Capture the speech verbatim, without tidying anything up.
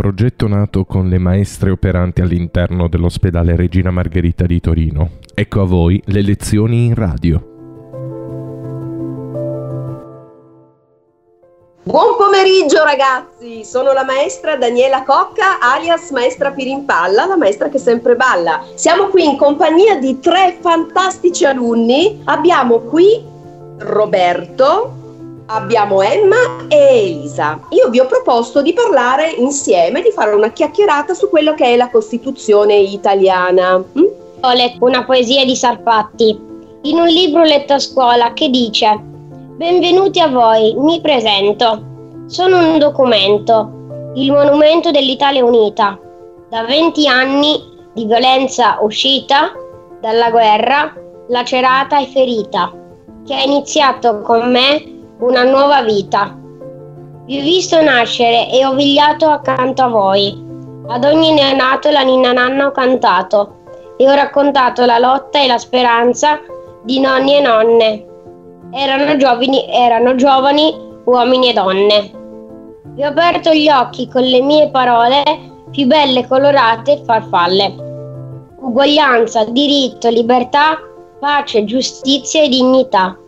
progetto nato con le maestre operanti all'interno dell'ospedale Regina Margherita di Torino. Ecco a voi le lezioni in radio. Buon pomeriggio ragazzi, sono la maestra Daniela Cocca, alias maestra Pirimpalla, la maestra che sempre balla. Siamo qui in compagnia di tre fantastici alunni. Abbiamo qui Roberto, abbiamo Emma e Elisa. Io vi ho proposto di parlare insieme, di fare una chiacchierata su quello che è la Costituzione italiana. Mm? Ho letto una poesia di Sarfatti in un libro letto a scuola che dice: benvenuti a voi, mi presento. Sono un documento, il monumento dell'Italia unita. Da venti anni di violenza uscita dalla guerra, lacerata e ferita, che ha iniziato con me una nuova vita. Vi ho visto nascere e ho vegliato accanto a voi. Ad ogni neonato la ninna nanna ho cantato e ho raccontato la lotta e la speranza di nonni e nonne. Erano giovani, erano giovani uomini e donne. Vi ho aperto gli occhi con le mie parole più belle, colorate e farfalle. Uguaglianza, diritto, libertà, pace, giustizia e dignità.